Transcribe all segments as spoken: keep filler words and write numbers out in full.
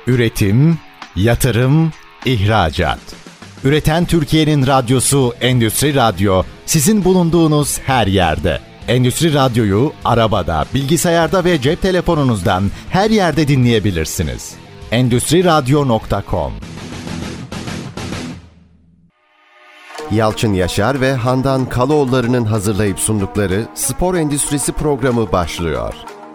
Üretim, yatırım, ihracat. Üreten Türkiye'nin radyosu Endüstri Radyo, sizin bulunduğunuz her yerde. Endüstri Radyo'yu arabada, bilgisayarda ve cep telefonunuzdan her yerde dinleyebilirsiniz. endüstri radyo nokta com. Yalçın Yaşar ve Handan Kaloğulları'nın hazırlayıp sundukları Spor Endüstrisi programı başlıyor.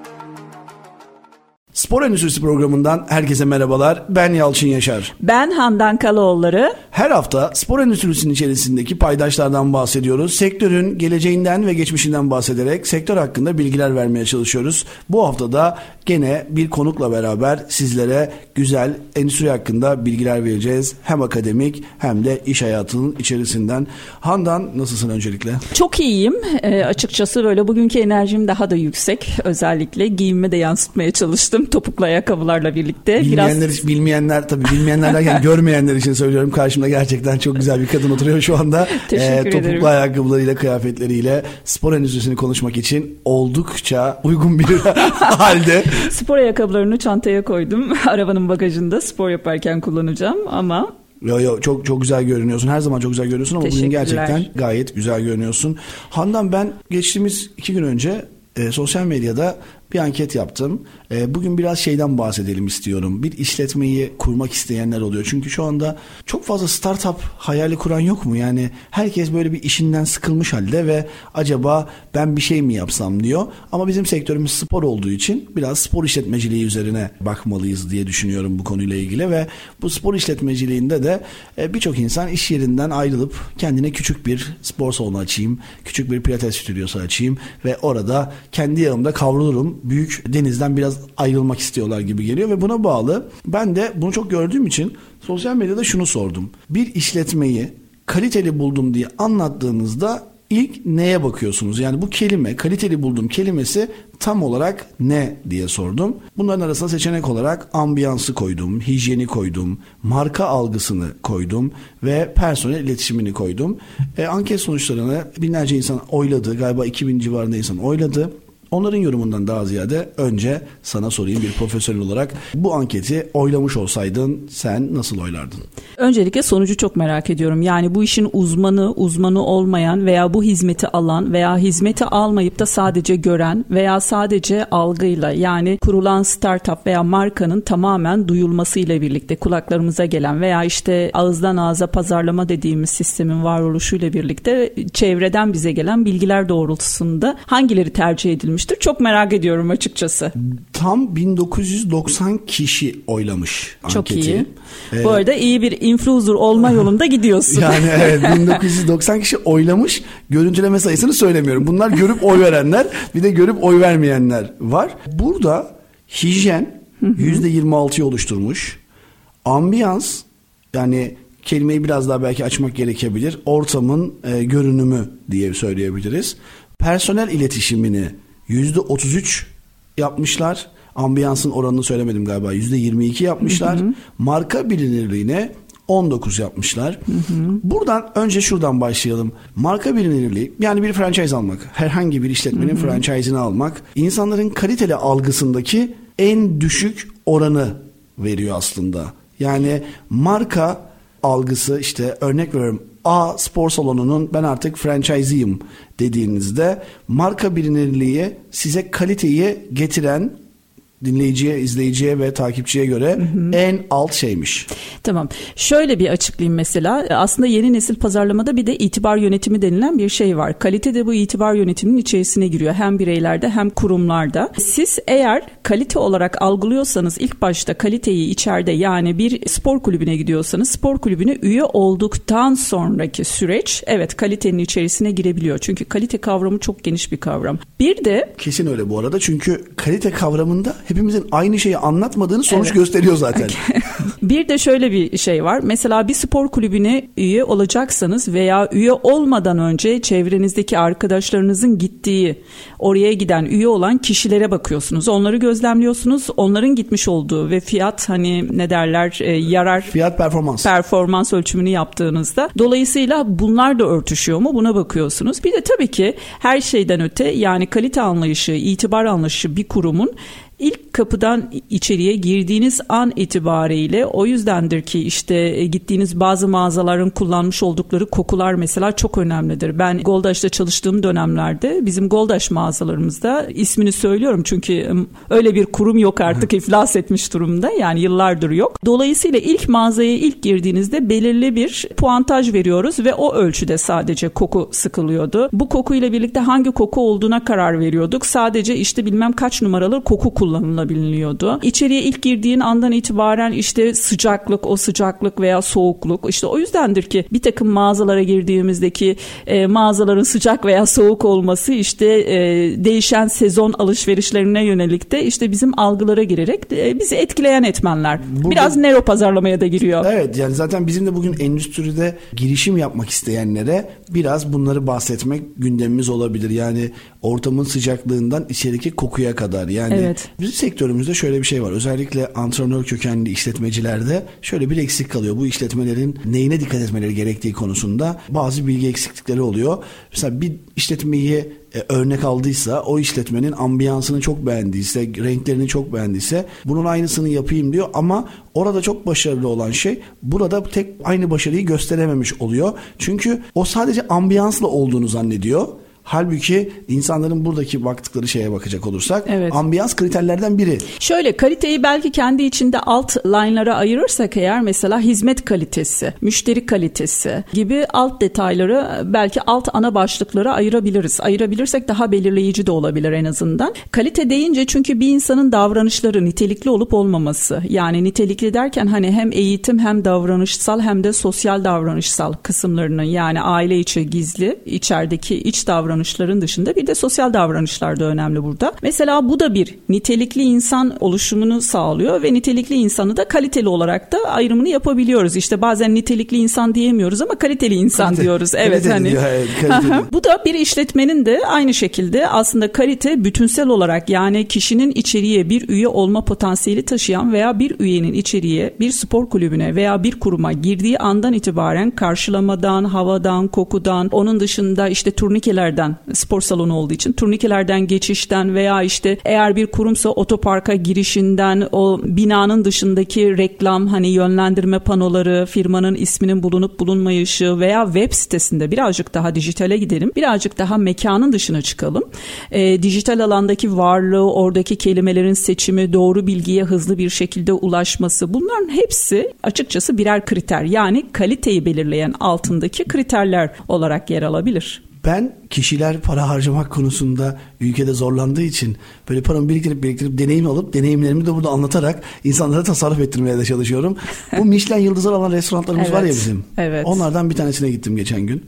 Spor Endüstrisi programından herkese merhabalar. Ben Yalçın Yaşar. Ben Handan Kaloğulları. Her hafta spor endüstrisinin içerisindeki paydaşlardan bahsediyoruz. Sektörün geleceğinden ve geçmişinden bahsederek sektör hakkında bilgiler vermeye çalışıyoruz. Bu hafta da gene bir konukla beraber sizlere güzel endüstri hakkında bilgiler vereceğiz. Hem akademik hem de iş hayatının içerisinden. Handan, nasılsın öncelikle? Çok iyiyim. E, açıkçası böyle bugünkü enerjim daha da yüksek. Özellikle giyimime de yansıtmaya çalıştım. Topuklu ayakkabılarla birlikte. Bilmeyenler, Biraz... bilmeyenler tabii bilmeyenler derken görmeyenler için söylüyorum. Karşımda gerçekten çok güzel bir kadın oturuyor şu anda. Teşekkür ee, topuklu ederim. ayakkabılarıyla, kıyafetleriyle spor endüstrisini konuşmak için oldukça uygun bir halde. Spor ayakkabılarını çantaya koydum. Arabanın bagajında spor yaparken kullanacağım ama... Yo yo çok çok güzel görünüyorsun. Her zaman çok güzel görünüyorsun ama bugün gerçekten gayet güzel görünüyorsun. Handan, ben geçtiğimiz iki gün önce e, sosyal medyada bir anket yaptım. E, bugün biraz şeyden bahsedelim istiyorum. Bir işletmeyi kurmak isteyenler oluyor. Çünkü şu anda çok fazla startup hayali kuran yok mu? Yani herkes böyle bir işinden sıkılmış halde ve acaba ben bir şey mi yapsam diyor. Ama bizim sektörümüz spor olduğu için biraz spor işletmeciliği üzerine bakmalıyız diye düşünüyorum bu konuyla ilgili. Ve bu spor işletmeciliğinde de e, birçok insan iş yerinden ayrılıp kendine küçük bir spor salonu açayım, küçük bir pilates stüdyosu açayım ve orada kendi yanımda kavrulurum. Büyük denizden biraz ayrılmak istiyorlar gibi geliyor ve buna bağlı ben de bunu çok gördüğüm için sosyal medyada şunu sordum. Bir işletmeyi kaliteli buldum diye anlattığınızda ilk neye bakıyorsunuz? Yani bu kelime, kaliteli buldum kelimesi tam olarak ne diye sordum. Bunların arasında seçenek olarak ambiyansı koydum, hijyeni koydum, marka algısını koydum ve personel iletişimini koydum. E, anket sonuçlarını binlerce insan oyladı. Galiba iki bin civarında insan oyladı. Onların yorumundan daha ziyade önce sana sorayım, bir profesyonel olarak bu anketi oylamış olsaydın sen nasıl oylardın? Öncelikle sonucu çok merak ediyorum. Yani bu işin uzmanı, uzmanı olmayan veya bu hizmeti alan veya hizmeti almayıp da sadece gören veya sadece algıyla, yani kurulan startup veya markanın tamamen duyulmasıyla birlikte kulaklarımıza gelen veya işte ağızdan ağza pazarlama dediğimiz sistemin varoluşuyla birlikte çevreden bize gelen bilgiler doğrultusunda hangileri tercih edilmiş? Çok merak ediyorum açıkçası. Tam bin dokuz yüz doksan kişi oylamış anketi. Çok iyi. Ee, Bu arada iyi bir influencer olma yolunda gidiyorsun. Yani evet, bin dokuz yüz doksan kişi oylamış. Görüntüleme sayısını söylemiyorum. Bunlar görüp oy verenler, bir de görüp oy vermeyenler var. Burada hijyen yüzde yirmi altıyı oluşturmuş. Ambiyans, yani kelimeyi biraz daha belki açmak gerekebilir. Ortamın e, görünümü diye söyleyebiliriz. Personel iletişimini yüzde otuz üç yapmışlar. Ambiyansın oranını söylemedim galiba. yüzde yirmi iki yapmışlar. Hı hı. Marka bilinirliğine on dokuz yapmışlar. Hı hı. Buradan önce şuradan başlayalım. Marka bilinirliği, yani bir franchise almak. Herhangi bir işletmenin hı hı. franchise'ini almak. İnsanların kaliteli algısındaki en düşük oranı veriyor aslında. Yani marka algısı, işte örnek veriyorum, A spor salonunun ben artık franchise'yim dediğinizde marka bilinirliği size kaliteyi getiren, dinleyiciye, izleyiciye ve takipçiye göre hı hı. en alt şeymiş. Tamam. Şöyle bir açıklayayım mesela. Aslında yeni nesil pazarlamada bir de itibar yönetimi denilen bir şey var. Kalite de bu itibar yönetiminin içerisine giriyor. Hem bireylerde hem kurumlarda. Siz eğer kalite olarak algılıyorsanız ilk başta kaliteyi içeride, yani bir spor kulübüne gidiyorsanız spor kulübüne üye olduktan sonraki süreç evet kalitenin içerisine girebiliyor. Çünkü kalite kavramı çok geniş bir kavram. Bir de kesin öyle bu arada, çünkü kalite kavramında hepimizin aynı şeyi anlatmadığını sonuç evet. gösteriyor zaten. Bir de şöyle bir şey var. Mesela bir spor kulübüne üye olacaksanız veya üye olmadan önce çevrenizdeki arkadaşlarınızın gittiği, oraya giden, üye olan kişilere bakıyorsunuz. Onları gözlemliyorsunuz. Onların gitmiş olduğu ve fiyat, hani ne derler, e, yarar fiyat performans performans ölçümünü yaptığınızda dolayısıyla bunlar da örtüşüyor mu, buna bakıyorsunuz. Bir de tabii ki her şeyden öte, yani kalite anlayışı, itibar anlayışı bir kurumun İlk kapıdan içeriye girdiğiniz an itibariyle, o yüzdendir ki işte gittiğiniz bazı mağazaların kullanmış oldukları kokular mesela çok önemlidir. Ben Goldaş'ta çalıştığım dönemlerde bizim Goldaş mağazalarımızda, ismini söylüyorum çünkü öyle bir kurum yok artık, iflas etmiş durumda, yani yıllardır yok. Dolayısıyla ilk mağazaya ilk girdiğinizde belirli bir puantaj veriyoruz ve o ölçüde sadece koku sıkılıyordu. Bu kokuyla birlikte hangi koku olduğuna karar veriyorduk. Sadece işte bilmem kaç numaralı koku kullanılabiliyordu. İçeriye ilk girdiğin andan itibaren işte sıcaklık, o sıcaklık veya soğukluk, işte o yüzdendir ki bir takım mağazalara girdiğimizdeki e, mağazaların sıcak veya soğuk olması işte e, değişen sezon alışverişlerine yönelik de işte bizim algılara girerek e, bizi etkileyen etmenler. Burada, biraz nero pazarlamaya da giriyor. Evet, yani zaten bizim de bugün endüstride girişim yapmak isteyenlere biraz bunları bahsetmek gündemimiz olabilir. Yani ortamın sıcaklığından içerideki kokuya kadar. Yani evet. Bizim sektörümüzde şöyle bir şey var. Özellikle antrenör kökenli işletmecilerde şöyle bir eksik kalıyor. Bu işletmelerin neyine dikkat etmeleri gerektiği konusunda bazı bilgi eksiklikleri oluyor. Mesela bir işletmeyi E, örnek aldıysa, o işletmenin ambiyansını çok beğendiyse, renklerini çok beğendiyse bunun aynısını yapayım diyor ama orada çok başarılı olan şey burada tek aynı başarıyı gösterememiş oluyor. Çünkü o sadece ambiyansla olduğunu zannediyor. Halbuki insanların buradaki baktıkları şeye bakacak olursak evet. ambiyans kriterlerden biri. Şöyle, kaliteyi belki kendi içinde alt line'lara ayırırsak eğer, mesela hizmet kalitesi, müşteri kalitesi gibi alt detayları belki alt ana başlıklara ayırabiliriz. Ayırabilirsek daha belirleyici de olabilir en azından. Kalite deyince çünkü bir insanın davranışları nitelikli olup olmaması. Yani nitelikli derken hani hem eğitim hem davranışsal hem de sosyal davranışsal kısımlarının, yani aile içi gizli, içerideki iç davranışların dışında bir de sosyal davranışlar da önemli burada. Mesela bu da bir nitelikli insan oluşumunu sağlıyor ve nitelikli insanı da kaliteli olarak da ayrımını yapabiliyoruz. İşte bazen nitelikli insan diyemiyoruz ama kaliteli insan kalite, diyoruz. Evet hani. Diyor, evet, bu da bir işletmenin de aynı şekilde aslında kalite bütünsel olarak, yani kişinin içeriye bir üye olma potansiyeli taşıyan veya bir üyenin içeriye bir spor kulübüne veya bir kuruma girdiği andan itibaren karşılamadan, havadan, kokudan, onun dışında işte turnikelerden, spor salonu olduğu için turnikelerden geçişten veya işte eğer bir kurumsa otoparka girişinden, o binanın dışındaki reklam, hani yönlendirme panoları, firmanın isminin bulunup bulunmayışı veya web sitesinde birazcık daha dijitale gidelim, birazcık daha mekanın dışına çıkalım. E, dijital alandaki varlığı, oradaki kelimelerin seçimi, doğru bilgiye hızlı bir şekilde ulaşması, bunların hepsi açıkçası birer kriter. Yani kaliteyi belirleyen altındaki kriterler olarak yer alabilir. Ben kişiler para harcamak konusunda ülkede zorlandığı için böyle paramı biriktirip biriktirip deneyim alıp deneyimlerimi de burada anlatarak insanlara tasarruf ettirmeye de çalışıyorum. Bu Michelin yıldızlar alan restoranlarımız evet, var ya bizim. Evet. Onlardan bir tanesine gittim geçen gün.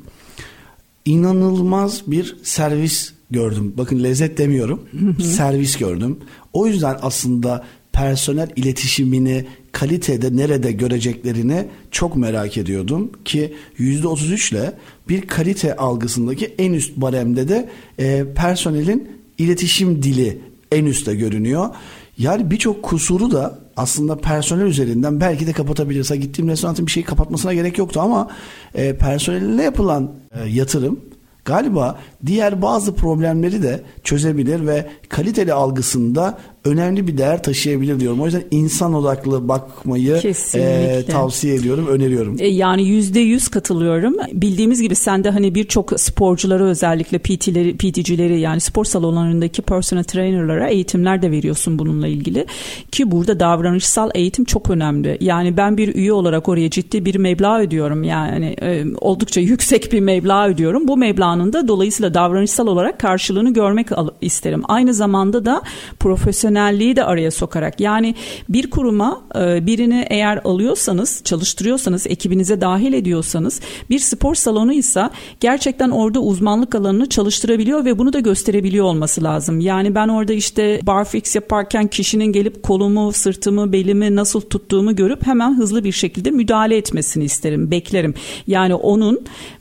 İnanılmaz bir servis gördüm. Bakın lezzet demiyorum. Servis gördüm. O yüzden aslında personel iletişimini kalitede nerede göreceklerini çok merak ediyordum ki yüzde otuz üç ile bir kalite algısındaki en üst baremde de e, personelin iletişim dili en üstte görünüyor. Yani birçok kusuru da aslında personel üzerinden belki de kapatabilirse, gittiğim restoranın bir şeyi kapatmasına gerek yoktu ama e, personeline yapılan e, yatırım galiba diğer bazı problemleri de çözebilir ve kaliteli algısında önemli bir değer taşıyabilir diyorum. O yüzden insan odaklı bakmayı e, tavsiye ediyorum, öneriyorum. E, yani yüzde yüz katılıyorum. Bildiğimiz gibi sen de hani birçok sporcuları, özellikle P T'leri, P T'cileri, yani spor salonlarındaki personal trainer'lara eğitimler de veriyorsun bununla ilgili. Ki burada davranışsal eğitim çok önemli. Yani ben bir üye olarak oraya ciddi bir meblağ ödüyorum. Yani e, oldukça yüksek bir meblağ ödüyorum. Bu meblağın da dolayısıyla davranışsal olarak karşılığını görmek isterim. Aynı zamanda da profesyonelliği de araya sokarak, yani bir kuruma birini eğer alıyorsanız, çalıştırıyorsanız, ekibinize dahil ediyorsanız, bir spor salonuysa gerçekten orada uzmanlık alanını çalıştırabiliyor ve bunu da gösterebiliyor olması lazım. Yani ben orada işte barfix yaparken kişinin gelip kolumu, sırtımı, belimi nasıl tuttuğumu görüp hemen hızlı bir şekilde müdahale etmesini isterim, beklerim. Yani onun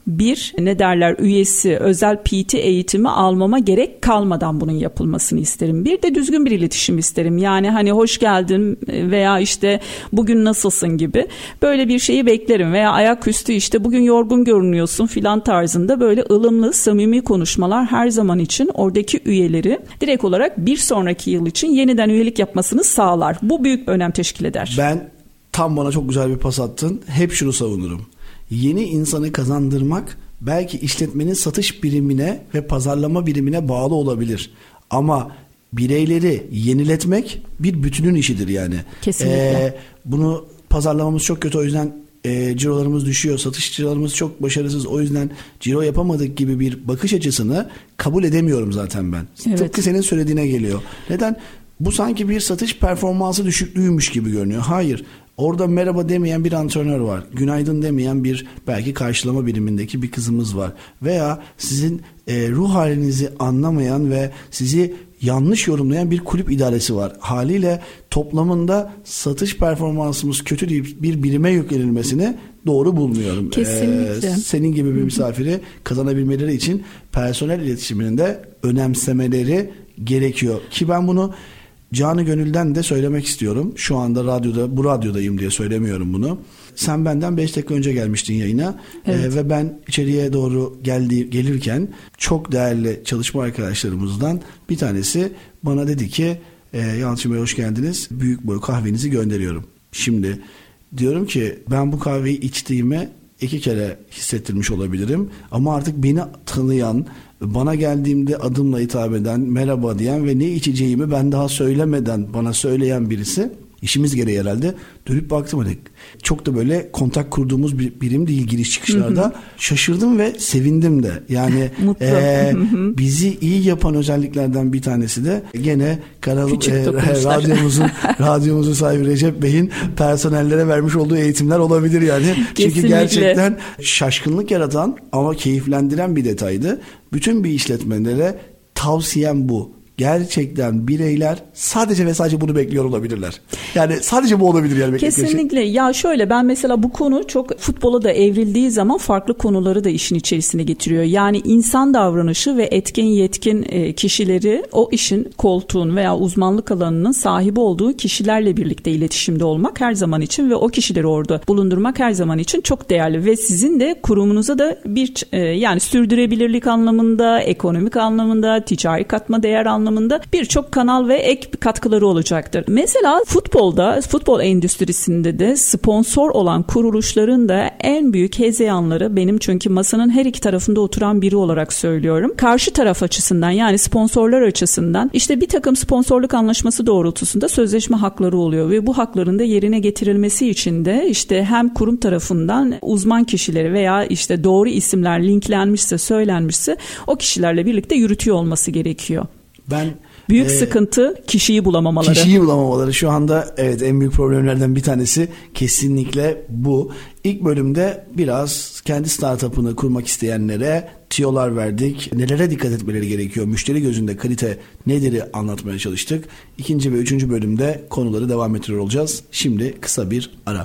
bir ne derler üyesi özel P T eğitimi almama gerek kalmadan bunun yapılmasını isterim. Bir de düzgün bir iletişim isterim. Yani hani hoş geldin veya işte bugün nasılsın gibi böyle bir şeyi beklerim veya ayaküstü işte bugün yorgun görünüyorsun filan tarzında böyle ılımlı, samimi konuşmalar her zaman için oradaki üyeleri direkt olarak bir sonraki yıl için yeniden üyelik yapmasını sağlar. Bu büyük bir önem teşkil eder. Ben tam bana çok güzel bir pas attın. Hep şunu savunurum. Yeni insanı kazandırmak belki işletmenin satış birimine ve pazarlama birimine bağlı olabilir. Ama bireyleri yeniletmek bir bütünün işidir yani. Kesinlikle. Ee, bunu pazarlamamız çok kötü, o yüzden e, cirolarımız düşüyor. Satışçılarımız çok başarısız, o yüzden ciro yapamadık gibi bir bakış açısını kabul edemiyorum zaten ben. Evet. Tıpkı senin söylediğine geliyor. Neden? Bu sanki bir satış performansı düşüklüğüymüş gibi görünüyor. Hayır. Orada merhaba demeyen bir antrenör var. Günaydın demeyen bir belki karşılama birimindeki bir kızımız var. Veya sizin e, ruh halinizi anlamayan ve sizi yanlış yorumlayan bir kulüp idaresi var. Haliyle toplamında satış performansımız kötü deyip bir birime yüklenilmesini doğru bulmuyorum. Kesinlikle. Ee, senin gibi bir misafiri kazanabilmeleri için personel iletişiminin de önemsemeleri gerekiyor. Ki ben bunu canı gönülden de söylemek istiyorum. Şu anda radyoda, bu radyodayım diye söylemiyorum bunu. Sen benden beş dakika önce gelmiştin yayına. Evet. Ee, ve ben içeriye doğru geldi, gelirken çok değerli çalışma arkadaşlarımızdan bir tanesi bana dedi ki e, Yalçın Bey hoş geldiniz. Büyük boy kahvenizi gönderiyorum. Şimdi diyorum ki ben bu kahveyi içtiğime iki kere hissettirmiş olabilirim. Ama artık beni tanıyan, bana geldiğimde adımla hitap eden, merhaba diyen ve ne içeceğimi ben daha söylemeden bana söyleyen birisi, işimiz gereği herhalde dönüp baktım hani çok da böyle kontak kurduğumuz bir birim değil giriş çıkışlarda. Hı hı. Şaşırdım ve sevindim de. Yani e, bizi iyi yapan özelliklerden bir tanesi de gene kanal, e, radyomuzun radyomuzun sahibi Recep Bey'in personellere vermiş olduğu eğitimler olabilir yani. Çünkü Kesinlikle. Gerçekten şaşkınlık yaratan ama keyiflendiren bir detaydı. Bütün bir işletmelere tavsiyem bu. Gerçekten bireyler sadece ve sadece bunu bekliyor olabilirler. Yani sadece bu olabilir yani. Kesinlikle. Ya şöyle ben mesela bu konu çok futbola da evrildiği zaman farklı konuları da işin içerisine getiriyor. Yani insan davranışı ve etkin yetkin kişileri o işin koltuğun veya uzmanlık alanının sahibi olduğu kişilerle birlikte iletişimde olmak her zaman için ve o kişileri orada bulundurmak her zaman için çok değerli ve sizin de kurumunuza da bir yani sürdürülebilirlik anlamında, ekonomik anlamında, ticari katma değer anlamında anlamında birçok kanal ve ek katkıları olacaktır. Mesela futbolda, futbol endüstrisinde de sponsor olan kuruluşların da en büyük hezeyanları benim çünkü masanın her iki tarafında oturan biri olarak söylüyorum. Karşı taraf açısından yani sponsorlar açısından işte bir takım sponsorluk anlaşması doğrultusunda sözleşme hakları oluyor ve bu hakların da yerine getirilmesi için de işte hem kurum tarafından uzman kişileri veya işte doğru isimler linklenmişse, söylenmişse o kişilerle birlikte yürütüyor olması gerekiyor. Ben büyük e, sıkıntı kişiyi bulamamaları. Kişiyi bulamamaları şu anda evet en büyük problemlerden bir tanesi kesinlikle bu. İlk bölümde biraz kendi startup'ını kurmak isteyenlere tiyolar verdik. Nelere dikkat etmeleri gerekiyor? Müşteri gözünde kalite nedir anlatmaya çalıştık. İkinci ve üçüncü bölümde konuları devam ettiriyor olacağız. Şimdi kısa bir ara.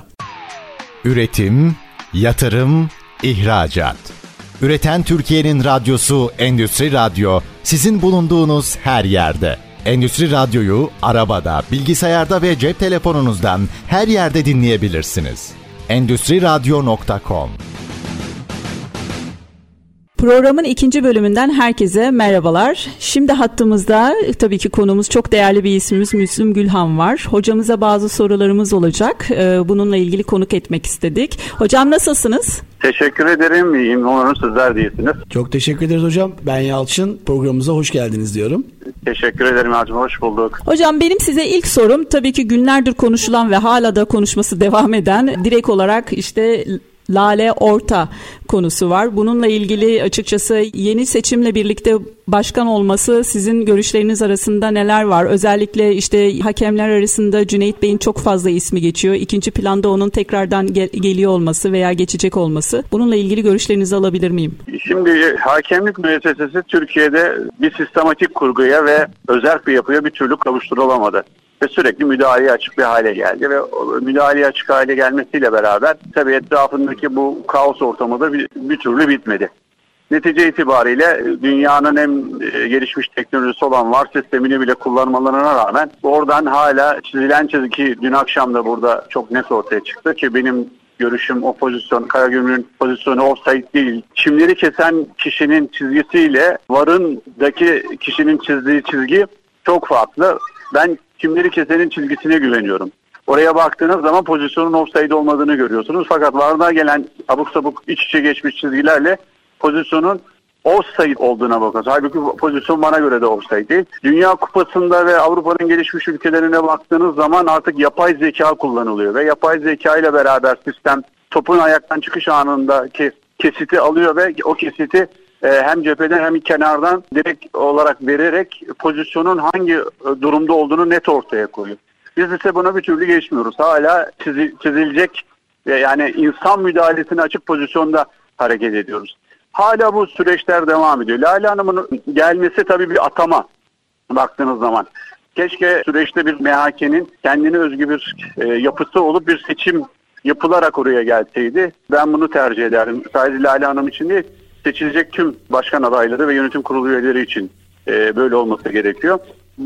Üretim, yatırım, ihracat. Üreten Türkiye'nin radyosu Endüstri Radyo, sizin bulunduğunuz her yerde. Endüstri Radyo'yu arabada, bilgisayarda ve cep telefonunuzdan her yerde dinleyebilirsiniz. endüstri radyo nokta com. Programın ikinci bölümünden herkese merhabalar. Şimdi hattımızda tabii ki konuğumuz çok değerli bir ismimiz Müslüm Gülhan var. Hocamıza bazı sorularımız olacak. Bununla ilgili konuk etmek istedik. Hocam nasılsınız? Teşekkür ederim. İyiyim. Umarım sizler de iyisiniz. Çok teşekkür ederiz hocam. Ben Yalçın. Programımıza hoş geldiniz diyorum. Teşekkür ederim Yalçın. Hoş bulduk. Hocam benim size ilk sorum tabii ki günlerdir konuşulan ve hala da konuşması devam eden direkt olarak işte Lale Orta konusu var. Bununla ilgili açıkçası yeni seçimle birlikte başkan olması sizin görüşleriniz arasında neler var? Özellikle işte hakemler arasında Cüneyt Bey'in çok fazla ismi geçiyor. İkinci planda onun tekrardan gel- geliyor olması veya geçecek olması. Bununla ilgili görüşlerinizi alabilir miyim? Şimdi hakemlik müessesesi Türkiye'de bir sistematik kurguya ve özerk bir yapıya bir türlü kavuşturulamadı. ve sürekli müdahaleye açık bir hale geldi ve müdahaleye açık hale gelmesiyle beraber tabii etrafındaki bu kaos ortamı da bir, bir türlü bitmedi. Netice itibariyle dünyanın en gelişmiş teknolojisi olan VAR sistemini bile kullanmalarına rağmen oradan hala çizilen çizgi dün akşam da burada çok net ortaya çıktı ki benim görüşüm o pozisyon, Karagümrük'ün pozisyonu offside değil. Çimleri kesen kişinin çizgisiyle VAR'ındaki kişinin çizdiği çizgi çok farklı. Ben çimleri kesenin çizgisine güveniyorum. Oraya baktığınız zaman pozisyonun offside olmadığını görüyorsunuz. Fakat VAR'da gelen abuk sabuk iç içe geçmiş çizgilerle pozisyonun offside olduğuna bakıyoruz. Halbuki pozisyon bana göre de offside değil. Dünya Kupası'nda ve Avrupa'nın gelişmiş ülkelerine baktığınız zaman artık yapay zeka kullanılıyor. Ve yapay zeka ile beraber sistem topun ayaktan çıkış anındaki kesiti alıyor ve o kesiti e, hem cepheden hem kenardan direkt olarak vererek pozisyonun hangi durumda olduğunu net ortaya koyuyor. Biz ise buna bir türlü geçmiyoruz. Hala çizi, çizilecek yani insan müdahalesine açık pozisyonda hareket ediyoruz. Hala bu süreçler devam ediyor. Lale Hanım'ın gelmesi tabii bir atama baktığınız zaman. Keşke süreçte bir M H K'nin kendine özgü bir e, yapısı olup bir seçim yapılarak oraya gelseydi. Ben bunu tercih ederdim. Sadece Lale Hanım için değil, seçilecek tüm başkan adayları ve yönetim kurulu üyeleri için e, böyle olması gerekiyor.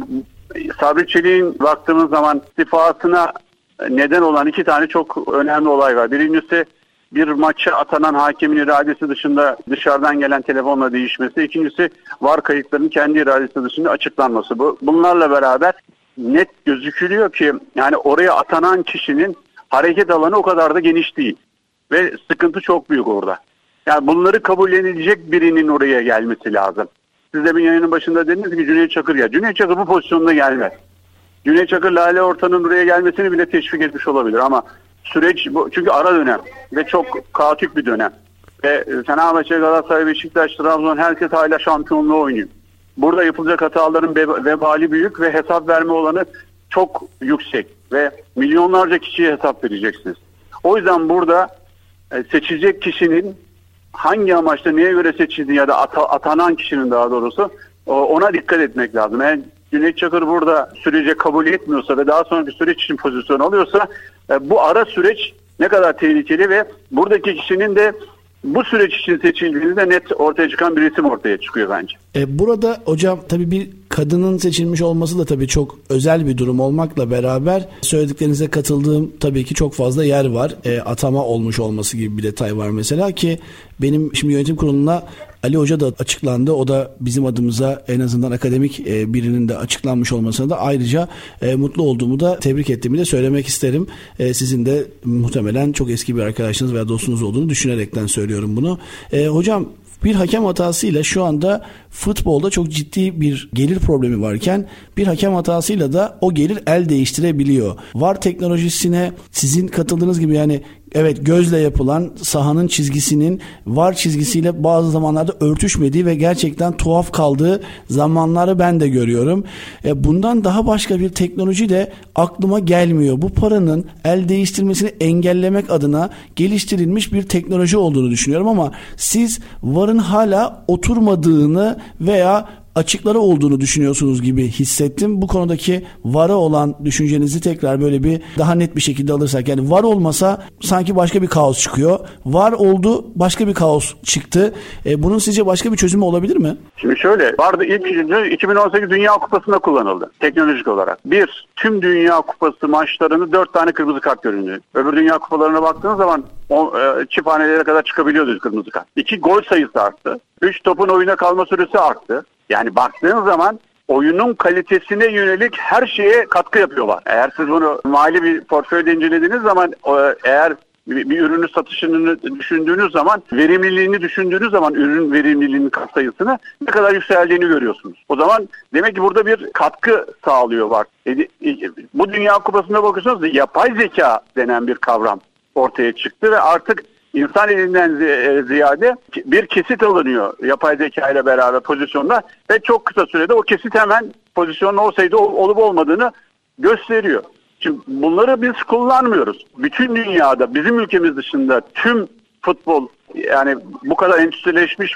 Sabri Çelik'in baktığımız zaman istifasına neden olan iki tane çok önemli olay var. Birincisi bir maça atanan hakemin iradesi dışında dışarıdan gelen telefonla değişmesi. İkincisi VAR kayıtlarının kendi iradesi dışında açıklanması. Bu. Bunlarla beraber net gözükülüyor ki yani oraya atanan kişinin hareket alanı o kadar da geniş değil. Ve sıkıntı çok büyük orada. Yani bunları kabullenilecek birinin oraya gelmesi lazım. Siz de bir yayının başında dediniz ki Cüneyt Çakır gel. Cüneyt Çakır bu pozisyonda gelmez. Cüneyt Çakır Lale Orta'nın oraya gelmesini bile teşvik etmiş olabilir ama süreç bu, çünkü ara dönem ve çok kaotik bir dönem. Ve Fenerbahçe, Galatasaray, Beşiktaş, Trabzon herkes hala şampiyonluğu oynuyor. Burada yapılacak hataların vebali büyük ve hesap verme olanı çok yüksek ve milyonlarca kişiye hesap vereceksiniz. O yüzden burada seçilecek kişinin hangi amaçla neye göre seçildiği ya da ata, atanan kişinin daha doğrusu ona dikkat etmek lazım. Eğer Cüneyt Çakır burada sürece kabul etmiyorsa ve daha sonraki süreç için pozisyon alıyorsa bu ara süreç ne kadar tehlikeli ve buradaki kişinin de bu süreç için seçildiğinde net ortaya çıkan bir isim ortaya çıkıyor bence. E, burada hocam tabii bir kadının seçilmiş olması da tabii çok özel bir durum olmakla beraber söylediklerinize katıldığım tabii ki çok fazla yer var. E, atama olmuş olması gibi bir detay var mesela ki benim şimdi yönetim kuruluna Ali Hoca da açıklandı. O da bizim adımıza en azından akademik e, birinin de açıklanmış olmasına da ayrıca e, mutlu olduğumu da tebrik ettiğimi de söylemek isterim. E, sizin de muhtemelen çok eski bir arkadaşınız veya dostunuz olduğunu düşünerekten söylüyorum bunu. E, hocam bir hakem hatasıyla şu anda futbolda çok ciddi bir gelir problemi varken bir hakem hatasıyla da o gelir el değiştirebiliyor. VAR teknolojisine sizin katıldığınız gibi yani evet gözle yapılan sahanın çizgisinin VAR çizgisiyle bazı zamanlarda örtüşmediği ve gerçekten tuhaf kaldığı zamanları ben de görüyorum. E bundan daha başka bir teknoloji de aklıma gelmiyor. Bu paranın el değiştirmesini engellemek adına geliştirilmiş bir teknoloji olduğunu düşünüyorum ama siz VAR'ın hala oturmadığını veya açıkları olduğunu düşünüyorsunuz gibi hissettim. Bu konudaki VAR'a olan düşüncenizi tekrar böyle bir daha net bir şekilde alırsak. Yani VAR olmasa sanki başka bir kaos çıkıyor. VAR oldu, başka bir kaos çıktı. E, bunun sizce başka bir çözümü olabilir mi? Şimdi şöyle, VAR'da ilk iki bin on sekiz Dünya Kupası'nda kullanıldı teknolojik olarak. Bir, tüm Dünya Kupası maçlarını dört tane kırmızı kart göründü. Öbür Dünya Kupalarına baktığınız zaman o, e, çift hanelere kadar çıkabiliyordu kırmızı kart. İki, gol sayısı arttı. Üç, topun oyuna kalma süresi arttı. Yani baktığın zaman oyunun kalitesine yönelik her şeye katkı yapıyorlar. Eğer siz bunu mali bir portföyde incelediğiniz zaman eğer bir, bir ürünü satışını düşündüğünüz zaman verimliliğini düşündüğünüz zaman ürün verimliliğinin katsayısını ne kadar yükseldiğini görüyorsunuz. O zaman demek ki burada bir katkı sağlıyor var. E, bu Dünya Kupası'na bakıyorsunuz yapay zeka denen bir kavram ortaya çıktı ve artık İnsan elinden ziyade bir kesit alınıyor yapay zeka ile beraber pozisyonda ve çok kısa sürede o kesit hemen pozisyonun olsaydı olup olmadığını gösteriyor. Şimdi bunları biz kullanmıyoruz. Bütün dünyada bizim ülkemiz dışında tüm futbol yani bu kadar endüstrileşmiş ve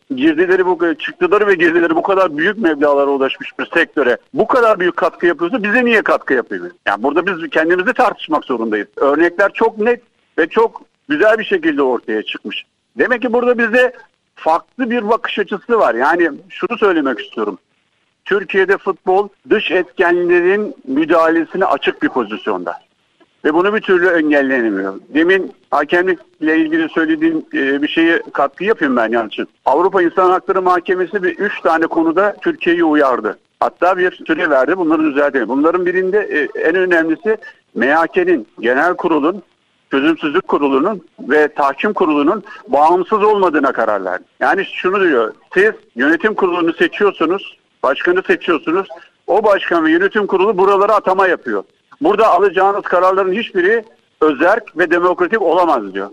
girdileri bu çıktıları ve girdileri bu kadar büyük meblağlara ulaşmış bir sektöre bu kadar büyük katkı yapıyorsa bize niye katkı yapıyor? Yani burada biz kendimizi tartışmak zorundayız. Örnekler çok net ve çok güzel bir şekilde ortaya çıkmış. Demek ki burada bize farklı bir bakış açısı var. Yani şunu söylemek istiyorum. Türkiye'de futbol dış etkenlerin müdahalesine açık bir pozisyonda. Ve bunu bir türlü engellenemiyor. Demin hakemlikle ilgili söylediğim e, bir şeye katkı yapayım ben Yalçın. Avrupa İnsan Hakları Mahkemesi bir üç tane konuda Türkiye'yi uyardı. Hatta bir süre verdi bunları düzeltelim. Bunların birinde e, en önemlisi M H K'nin, Genel Kurul'un, Çözümsüzlük Kurulu'nun ve Tahkim Kurulu'nun bağımsız olmadığına karar verdi. Yani şunu diyor, siz yönetim kurulunu seçiyorsunuz, başkanı seçiyorsunuz. O başkan ve yönetim kurulu buralara atama yapıyor. Burada alacağınız kararların hiçbiri özerk ve demokratik olamaz diyor.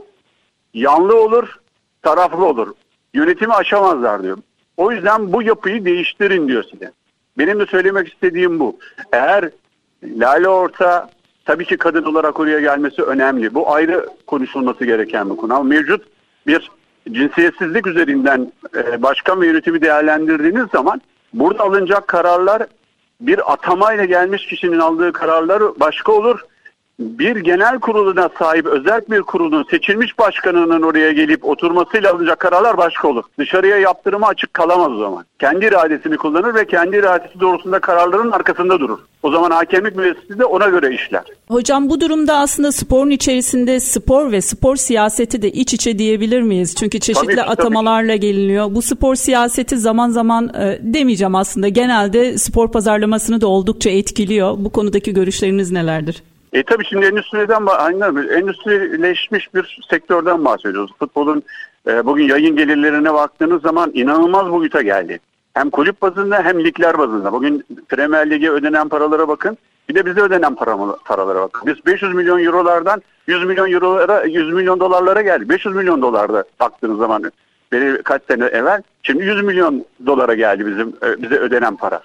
Yanlı olur, taraflı olur. Yönetimi aşamazlar diyor. O yüzden bu yapıyı değiştirin diyor size. Benim de söylemek istediğim bu. Eğer Lale Orta tabii ki kadın olarak oraya gelmesi önemli. Bu ayrı konuşulması gereken bir konu. Ama mevcut bir cinsiyetsizlik üzerinden e, başkan ve yönetimi değerlendirdiğiniz zaman burada alınacak kararlar bir atamayla gelmiş kişinin aldığı kararlar başka olur. Bir genel kuruluna sahip özel bir kurulun seçilmiş başkanının oraya gelip oturmasıyla alınacak kararlar başka olur. Dışarıya yaptırıma açık kalamaz o zaman. Kendi iradesini kullanır ve kendi iradesi doğrultusunda kararların arkasında durur. O zaman hakemlik müessesesi de ona göre işler. Hocam bu durumda aslında sporun içerisinde spor ve spor siyaseti de iç içe diyebilir miyiz? Çünkü çeşitli tabii, atamalarla tabii. geliniyor. Bu spor siyaseti zaman zaman e, demeyeceğim aslında genelde spor pazarlamasını da oldukça etkiliyor. Bu konudaki görüşleriniz nelerdir? E tabii şimdi endüstriden aynen endüstrileşmiş bir sektörden bahsediyoruz. Futbolun e, bugün yayın gelirlerine baktığınız zaman inanılmaz boyuta geldi. Hem kulüp bazında hem ligler bazında. Bugün Premier Lig'e ödenen paralara bakın. Bir de bize ödenen paralara bakın. Biz beş yüz milyon eurolardan yüz milyon eurolara, yüz milyon dolarlara geldik. beş yüz milyon dolarda baktığınız zaman beri kaç sene evvel. Şimdi yüz milyon dolara geldi bizim bize ödenen para.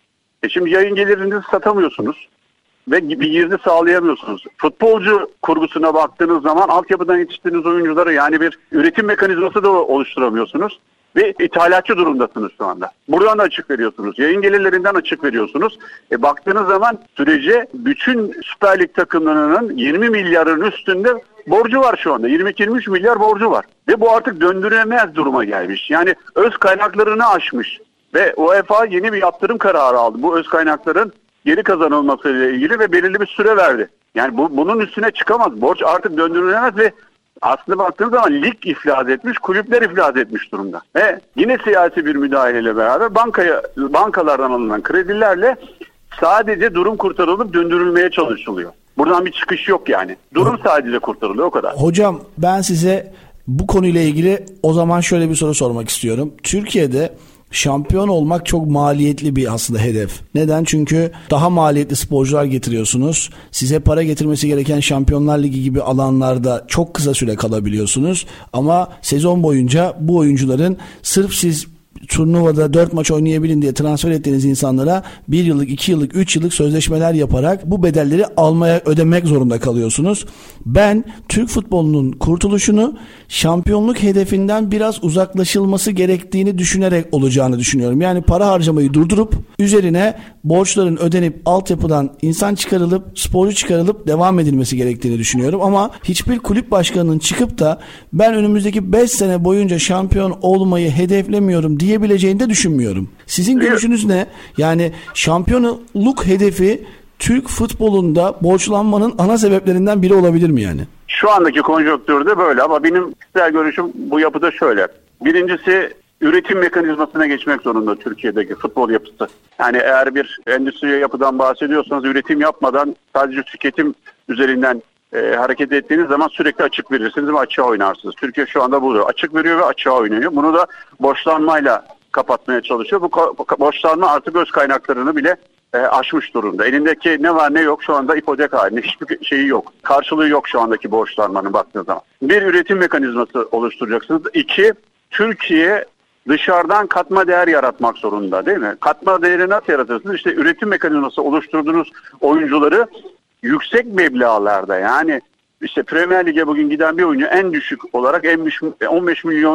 E şimdi yayın gelirinizi satamıyorsunuz. Ve bir girdi sağlayamıyorsunuz. Futbolcu kurgusuna baktığınız zaman altyapıdan yetiştirdiğiniz oyuncuları yani bir üretim mekanizması da oluşturamıyorsunuz. Ve ithalatçı durumdasınız şu anda. Buradan da açık veriyorsunuz. Yayın gelirlerinden açık veriyorsunuz. E baktığınız zaman sürece bütün Süper Lig takımlarının yirmi milyarın üstünde borcu var şu anda. yirmi yirmi üç milyar borcu var. Ve bu artık döndürülemez duruma gelmiş. Yani öz kaynaklarını aşmış. Ve UEFA yeni bir yaptırım kararı aldı. Bu öz kaynakların geri kazanılmasıyla ilgili ve belirli bir süre verdi. Yani bu, bunun üstüne çıkamaz. Borç artık döndürülemez ve aslında baktığınız zaman lig iflas etmiş, kulüpler iflas etmiş durumda. Ve yine siyasi bir müdahaleyle beraber bankaya, bankalardan alınan kredilerle sadece durum kurtarılıp döndürülmeye çalışılıyor. Buradan bir çıkış yok yani. Durum sadece kurtarılıyor, o kadar. Hocam ben size bu konuyla ilgili o zaman şöyle bir soru sormak istiyorum. Türkiye'de şampiyon olmak çok maliyetli bir aslında hedef. Neden? Çünkü daha maliyetli sporcular getiriyorsunuz. Size para getirmesi gereken Şampiyonlar Ligi gibi alanlarda çok kısa süre kalabiliyorsunuz. Ama sezon boyunca bu oyuncuların sırf siz turnuvada dört maç oynayabilin diye transfer ettiğiniz insanlara bir yıllık, iki yıllık, üç yıllık sözleşmeler yaparak bu bedelleri almaya, ödemek zorunda kalıyorsunuz. Ben Türk futbolunun kurtuluşunu şampiyonluk hedefinden biraz uzaklaşılması gerektiğini düşünerek olacağını düşünüyorum. Yani para harcamayı durdurup üzerine borçların ödenip altyapıdan insan çıkarılıp, sporcu çıkarılıp devam edilmesi gerektiğini düşünüyorum. Ama hiçbir kulüp başkanının çıkıp da ben önümüzdeki beş sene boyunca şampiyon olmayı hedeflemiyorum diyebileceğini de düşünmüyorum. Sizin görüşünüz ne? Yani şampiyonluk hedefi Türk futbolunda borçlanmanın ana sebeplerinden biri olabilir mi yani? Şu andaki konjonktürde böyle ama benim kişisel görüşüm bu yapıda şöyle. Birincisi üretim mekanizmasına geçmek zorunda Türkiye'deki futbol yapısı. Yani eğer bir endüstri yapıdan bahsediyorsanız üretim yapmadan sadece tüketim üzerinden e, hareket ettiğiniz zaman sürekli açık verirsiniz ve açığa oynarsınız. Türkiye şu anda bunu açık veriyor ve açığa oynuyor. Bunu da borçlanmayla kapatmaya çalışıyor. Bu borçlanma artık öz kaynaklarını bile e, aşmış durumda. Elindeki ne var ne yok şu anda ipotek halinde. Hiçbir şeyi yok. Karşılığı yok şu andaki borçlanmanın baktığınız zaman. Bir, üretim mekanizması oluşturacaksınız. İki, Türkiye dışarıdan katma değer yaratmak zorunda değil mi? Katma değeri nasıl yaratırsınız? İşte üretim mekanizması oluşturduğunuz oyuncuları yüksek meblağlarda yani işte Premier Lig'e bugün giden bir oyuncu en düşük olarak en on beş milyon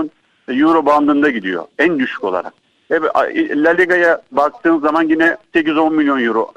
euro bandında gidiyor. En düşük olarak. La Liga'ya baktığın zaman yine sekiz on milyon euro.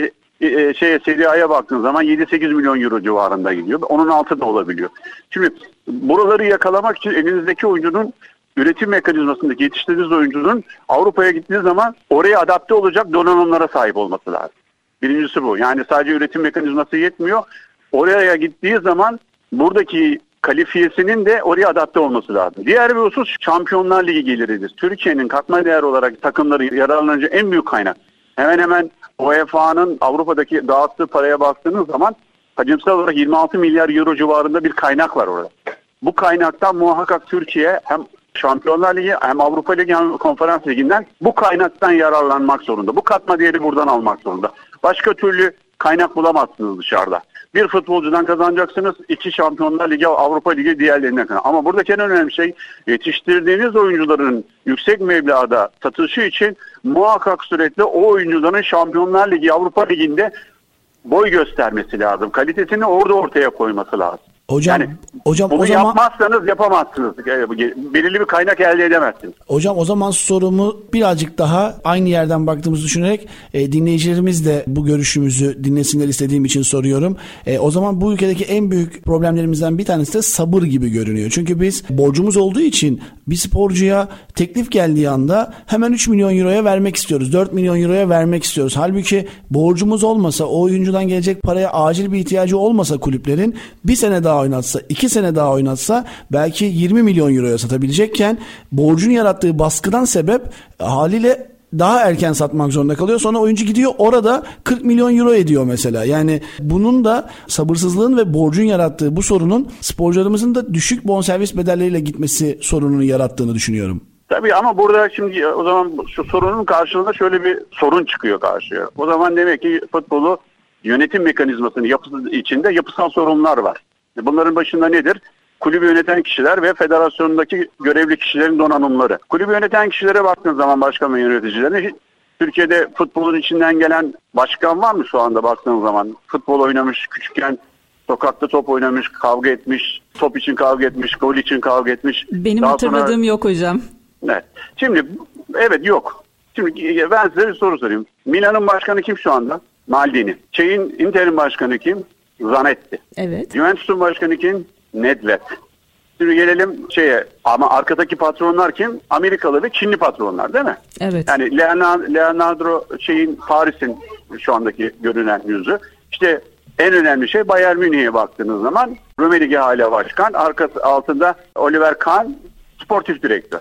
E, şeye, Serie A'ya baktığın zaman yedi sekiz milyon euro civarında gidiyor. Onun altı da olabiliyor. Şimdi buraları yakalamak için elinizdeki oyuncunun üretim mekanizmasındaki yetiştirdiğiniz oyuncunun Avrupa'ya gittiği zaman oraya adapte olacak donanımlara sahip olması lazım. Birincisi bu. Yani sadece üretim mekanizması yetmiyor. Oraya gittiği zaman buradaki kalifiyesinin de oraya adapte olması lazım. Diğer bir husus Şampiyonlar Ligi geliridir. Türkiye'nin katma değer olarak takımları yararlanınca en büyük kaynak. Hemen hemen U E F A'nın Avrupa'daki dağıttığı paraya baktığınız zaman hacimsel olarak yirmi altı milyar euro civarında bir kaynak var orada. Bu kaynaktan muhakkak Türkiye hem Şampiyonlar Ligi hem Avrupa Ligi hem Konferans Ligi'nden bu kaynaktan yararlanmak zorunda. Bu katma değeri buradan almak zorunda. Başka türlü kaynak bulamazsınız dışarıda. Bir futbolcudan kazanacaksınız, iki Şampiyonlar Ligi, Avrupa Ligi diğerlerinden kazanacaksınız. Ama buradaki en önemli şey yetiştirdiğiniz oyuncuların yüksek meblağda satışı için muhakkak sürekli o oyuncuların Şampiyonlar Ligi, Avrupa Ligi'nde boy göstermesi lazım. Kalitesini orada ortaya koyması lazım. Hocam, yani hocam bunu o zaman yapmazsanız yapamazsınız. Belirli bir kaynak elde edemezsiniz. Hocam o zaman sorumu birazcık daha aynı yerden baktığımızı düşünerek e, dinleyicilerimiz de bu görüşümüzü dinlesinler istediğim için soruyorum. E, o zaman bu ülkedeki en büyük problemlerimizden bir tanesi de sabır gibi görünüyor. Çünkü biz borcumuz olduğu için bir sporcuya teklif geldiği anda hemen üç milyon euroya vermek istiyoruz. dört milyon euroya vermek istiyoruz. Halbuki borcumuz olmasa, o oyuncudan gelecek paraya acil bir ihtiyacı olmasa kulüplerin bir sene daha oynatsa, iki sene daha oynatsa belki yirmi milyon euroya satabilecekken borcun yarattığı baskıdan sebep haliyle daha erken satmak zorunda kalıyor. Sonra oyuncu gidiyor orada kırk milyon euro ediyor mesela. Yani bunun da sabırsızlığın ve borcun yarattığı bu sorunun sporcularımızın da düşük bonservis bedelleriyle gitmesi sorununu yarattığını düşünüyorum. Tabii ama burada şimdi o zaman şu sorunun karşılığında şöyle bir sorun çıkıyor karşıya. O zaman demek ki futbolu yönetim mekanizmasının yapısı içinde yapısal sorunlar var. Bunların başında nedir? Kulübü yöneten kişiler ve federasyondaki görevli kişilerin donanımları. Kulübü yöneten kişilere baktığınız zaman başkan ve yöneticilerine, Türkiye'de futbolun içinden gelen başkan var mı şu anda baktığınız zaman? Futbol oynamış, küçükken sokakta top oynamış, kavga etmiş, top için kavga etmiş, gol için kavga etmiş. Benim Daha hatırladığım sonra... yok hocam. Evet. Şimdi evet yok. Şimdi ben size bir soru sorayım. Milan'ın başkanı kim şu anda? Maldini. Şeyin, Inter'in başkanı kim? Zanetti. Evet. Juventus'un başkanı kim? Nedved. Şimdi gelelim şeye, ama arkadaki patronlar kim? Amerikalı ve Çinli patronlar değil mi? Evet. Yani Leonardo, Leonardo şeyin, Paris'in şu andaki görünen yüzü. İşte en önemli şey Bayern Münih'e baktığınız zaman Rummenigge hala başkan, arkası altında Oliver Kahn sportif direktör.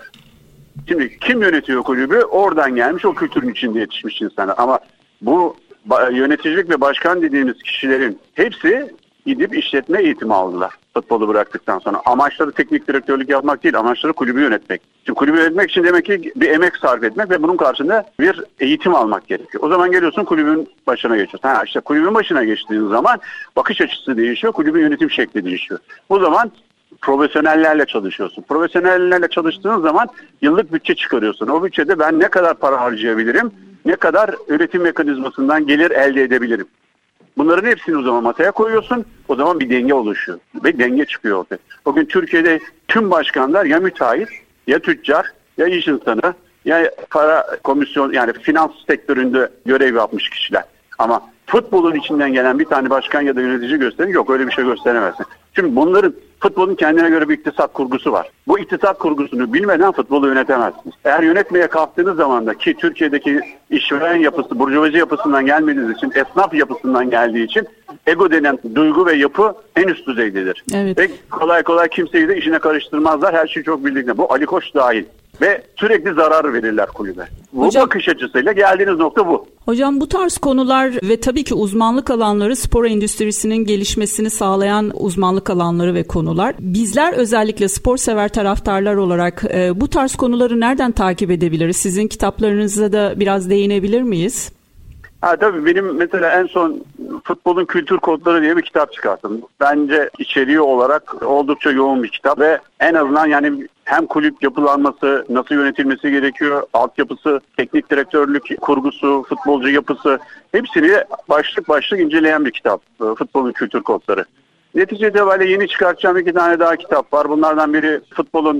Şimdi kim yönetiyor kulübü? Oradan gelmiş, o kültürün içinde yetişmiş insanlar. Ama bu yöneticilik ve başkan dediğimiz kişilerin hepsi gidip işletme eğitimi aldılar futbolu bıraktıktan sonra. Amaçları teknik direktörlük yapmak değil, amaçları kulübü yönetmek. Şimdi kulübü yönetmek için demek ki bir emek sarf etmek ve bunun karşında bir eğitim almak gerekiyor. O zaman geliyorsun kulübün başına geçiyorsun. Ha işte kulübün başına geçtiğin zaman bakış açısı değişiyor, kulübün yönetim şekli değişiyor. O zaman profesyonellerle çalışıyorsun. Profesyonellerle çalıştığın zaman yıllık bütçe çıkarıyorsun. O bütçede ben ne kadar para harcayabilirim, ne kadar üretim mekanizmasından gelir elde edebilirim. Bunların hepsini o zaman masaya koyuyorsun. O zaman bir denge oluşuyor. Ve denge çıkıyor ortaya. Bugün Türkiye'de tüm başkanlar ya müteahhit, ya tüccar, ya iş insanı, ya para komisyon, yani finans sektöründe görev yapmış kişiler. Ama futbolun içinden gelen bir tane başkan ya da yönetici gösterin, yok öyle bir şey gösteremezsin. Çünkü bunların, futbolun kendine göre bir iktisat kurgusu var. Bu iktisat kurgusunu bilmeden futbolu yönetemezsiniz. Eğer yönetmeye kalktığınız zaman da, ki Türkiye'deki işveren yapısı, burjuvazi yapısından gelmediğiniz için, esnaf yapısından geldiği için ego denen duygu ve yapı en üst düzeydedir. Evet. Ve kolay kolay kimseyi de işine karıştırmazlar, her şeyi çok bildikleri. Bu Ali Koç dahil. Ve sürekli zarar verirler kulübe. Bu hocam, bakış açısıyla geldiğiniz nokta bu. Hocam bu tarz konular ve tabii ki uzmanlık alanları, spor endüstrisinin gelişmesini sağlayan uzmanlık alanları ve konular. Bizler özellikle spor sever taraftarlar olarak e, bu tarz konuları nereden takip edebiliriz? Sizin kitaplarınıza da biraz değinebilir miyiz? Ha, tabii benim mesela en son Futbolun Kültür Kodları diye bir kitap çıkarttım. Bence içeriği olarak oldukça yoğun bir kitap ve en azından yani hem kulüp yapılanması, nasıl yönetilmesi gerekiyor, altyapısı, teknik direktörlük kurgusu, futbolcu yapısı, hepsini başlık başlık inceleyen bir kitap. Futbolun Kültür Kodları. Neticede böyle yeni çıkartacağım iki tane daha kitap var. Bunlardan biri futbolun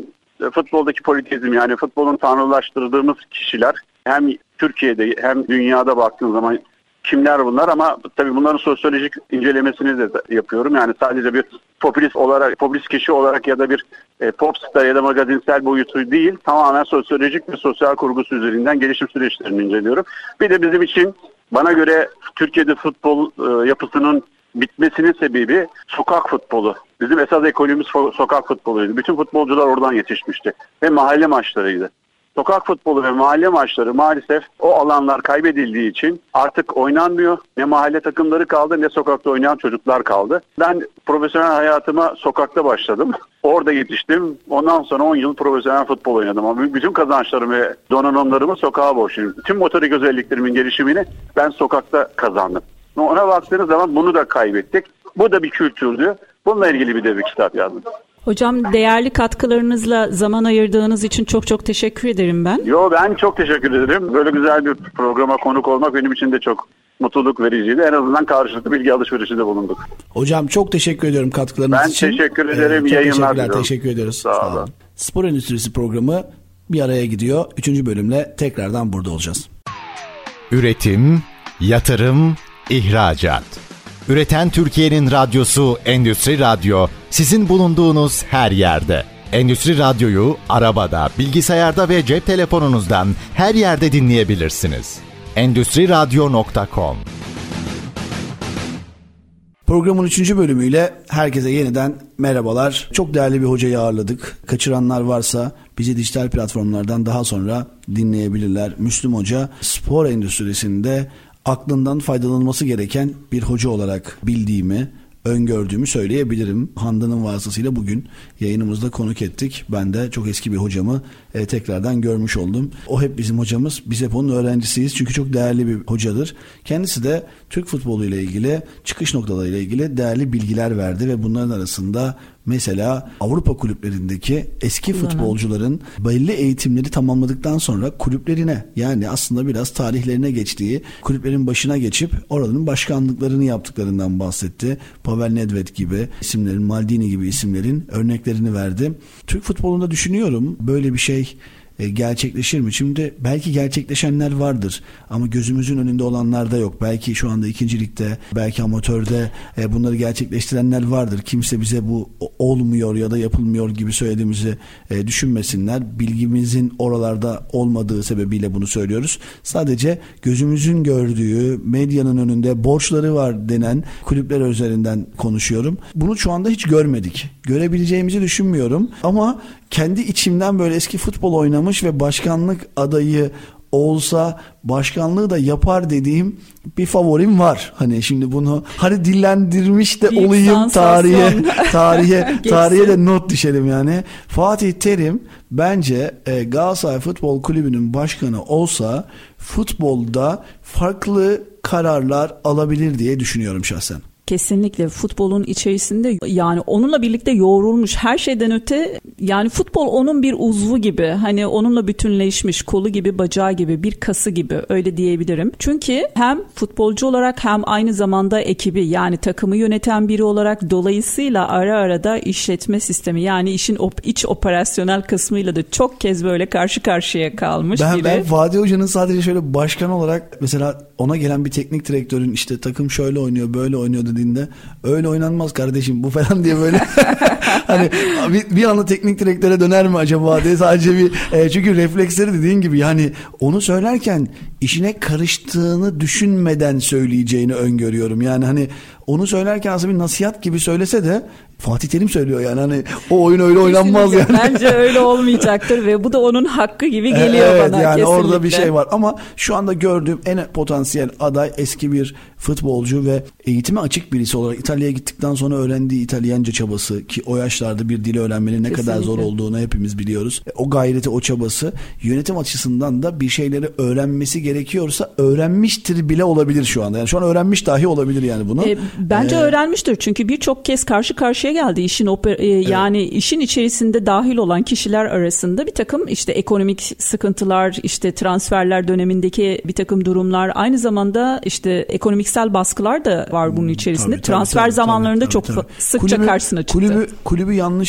futboldaki politizm, yani futbolun tanrılaştırdığımız kişiler hem Türkiye'de hem dünyada baktığın zaman kimler bunlar, ama tabii bunların sosyolojik incelemesini de yapıyorum. Yani sadece bir popülist olarak, popülist kişi olarak ya da bir e, popstar ya da magazinsel boyutu değil, tamamen sosyolojik ve sosyal kurgusu üzerinden gelişim süreçlerini inceliyorum. Bir de bizim için bana göre Türkiye'de futbol e, yapısının bitmesinin sebebi sokak futbolu. Bizim esas ekolümüz sokak futboluydu. Bütün futbolcular oradan yetişmişti ve mahalle maçlarıydı. Sokak futbolu ve mahalle maçları maalesef o alanlar kaybedildiği için artık oynanmıyor. Ne mahalle takımları kaldı ne sokakta oynayan çocuklar kaldı. Ben profesyonel hayatıma sokakta başladım. Orada yetiştim. Ondan sonra on yıl profesyonel futbol oynadım. Ama bütün kazançlarımı ve donanımlarımı sokağa borçluyum. Tüm motorik özelliklerimin gelişimini ben sokakta kazandım. Ona baktığınız zaman bunu da kaybettik. Bu da bir kültürdü. Bununla ilgili bir de bir kitap yazdım. Hocam, değerli katkılarınızla zaman ayırdığınız için çok çok teşekkür ederim ben. Yo, ben çok teşekkür ederim. Böyle güzel bir programa konuk olmak benim için de çok mutluluk vericiydi. En azından karşılıklı bilgi alışverişinde bulunduk. Hocam çok teşekkür ediyorum katkılarınız ben için. Ben teşekkür ederim. Ee, Yayınlar diliyorum. Teşekkür ediyoruz. Sağ, Sağ olun. Spor Endüstrisi programı bir araya gidiyor. Üçüncü bölümle tekrardan burada olacağız. Üretim, yatırım, ihracat. Üreten Türkiye'nin radyosu Endüstri Radyo, sizin bulunduğunuz her yerde. Endüstri Radyo'yu arabada, bilgisayarda ve cep telefonunuzdan her yerde dinleyebilirsiniz. endüstri radyo nokta com. Programın üçüncü bölümüyle herkese yeniden merhabalar. Çok değerli bir hocayı ağırladık. Kaçıranlar varsa bizi dijital platformlardan daha sonra dinleyebilirler. Müslüm Hoca spor endüstrisinde aklından faydalanılması gereken bir hoca olarak bildiğimi, öngördüğümü söyleyebilirim. Handan'ın vasıtasıyla bugün yayınımızda konuk ettik. Ben de çok eski bir hocamı e, tekrardan görmüş oldum. O hep bizim hocamız. Biz hep onun öğrencisiyiz. Çünkü çok değerli bir hocadır. Kendisi de Türk futbolu ile ilgili, çıkış noktaları ile ilgili değerli bilgiler verdi ve bunların arasında mesela Avrupa kulüplerindeki eski Kullanan. futbolcuların belli eğitimleri tamamladıktan sonra kulüplerine, yani aslında biraz tarihlerine geçtiği kulüplerin başına geçip oraların başkanlıklarını yaptıklarından bahsetti. Pavel Nedved gibi isimlerin, Maldini gibi isimlerin örneklerini verdi. Türk futbolunda düşünüyorum böyle bir şey gerçekleşir mi? Şimdi belki gerçekleşenler vardır ama gözümüzün önünde olanlar da yok. Belki şu anda ikinci ligde, belki amatörde bunları gerçekleştirenler vardır. Kimse bize bu olmuyor ya da yapılmıyor gibi söylediğimizi düşünmesinler. Bilgimizin oralarda olmadığı sebebiyle bunu söylüyoruz. Sadece gözümüzün gördüğü, medyanın önünde borçları var denen kulüpler üzerinden konuşuyorum. Bunu şu anda hiç görmedik. Görebileceğimizi düşünmüyorum ama kendi içimden böyle eski futbol oynamış ve başkanlık adayı olsa başkanlığı da yapar dediğim bir favorim var. Hani şimdi bunu hani dillendirmiş de Büyük olayım tarihe tarihe tarihe de not düşelim yani. Fatih Terim bence e, Galatasaray Futbol Kulübü'nün başkanı olsa futbolda farklı kararlar alabilir diye düşünüyorum şahsen. Kesinlikle futbolun içerisinde, yani onunla birlikte yoğrulmuş, her şeyden öte, yani futbol onun bir uzvu gibi, hani onunla bütünleşmiş, kolu gibi, bacağı gibi, bir kası gibi, öyle diyebilirim. Çünkü hem futbolcu olarak hem aynı zamanda ekibi, yani takımı yöneten biri olarak, dolayısıyla ara ara da işletme sistemi, yani işin op- iç operasyonel kısmıyla da çok kez böyle karşı karşıya kalmış ben, biri. Ben Fatih Hoca'nın sadece şöyle başkan olarak mesela ona gelen bir teknik direktörün işte takım şöyle oynuyor, böyle oynuyor dediğinde öyle oynanmaz kardeşim bu falan diye böyle hani bir, bir anda teknik direktöre döner mi acaba diye sadece bir e, çünkü refleksleri dediğin gibi, yani onu söylerken işine karıştığını düşünmeden söyleyeceğini öngörüyorum. Yani hani onu söylerken aslında bir nasihat gibi söylese de Fatih Terim söylüyor yani hani o oyun öyle oynanmaz yani. Bence öyle olmayacaktır ve bu da onun hakkı gibi geliyor evet, bana yani kesinlikle. Orada bir şey var ama şu anda gördüğüm en potansiyel aday eski bir futbolcu ve eğitime açık birisi olarak İtalya'ya gittikten sonra öğrendiği İtalyanca çabası, ki o yaşlarda bir dili öğrenmenin ne kesinlikle kadar zor olduğunu hepimiz biliyoruz. O gayreti, o çabası, yönetim açısından da bir şeyleri öğrenmesi gerekiyorsa öğrenmiştir bile olabilir şu anda. Yani şu an öğrenmiş dahi olabilir yani bunu. E, bence ee, öğrenmiştir çünkü birçok kez karşı karşıya geldi işin oper- e, evet. yani işin içerisinde dahil olan kişiler arasında bir takım işte ekonomik sıkıntılar, işte transferler dönemindeki bir takım durumlar, aynı zamanda işte ekonomiksel baskılar da var bunun içerisinde. Tabii, Transfer tabii, zamanlarında tabii, çok tabii. sıkça kulübü, karşısına çıktı. Kulübü, kulübü yanlış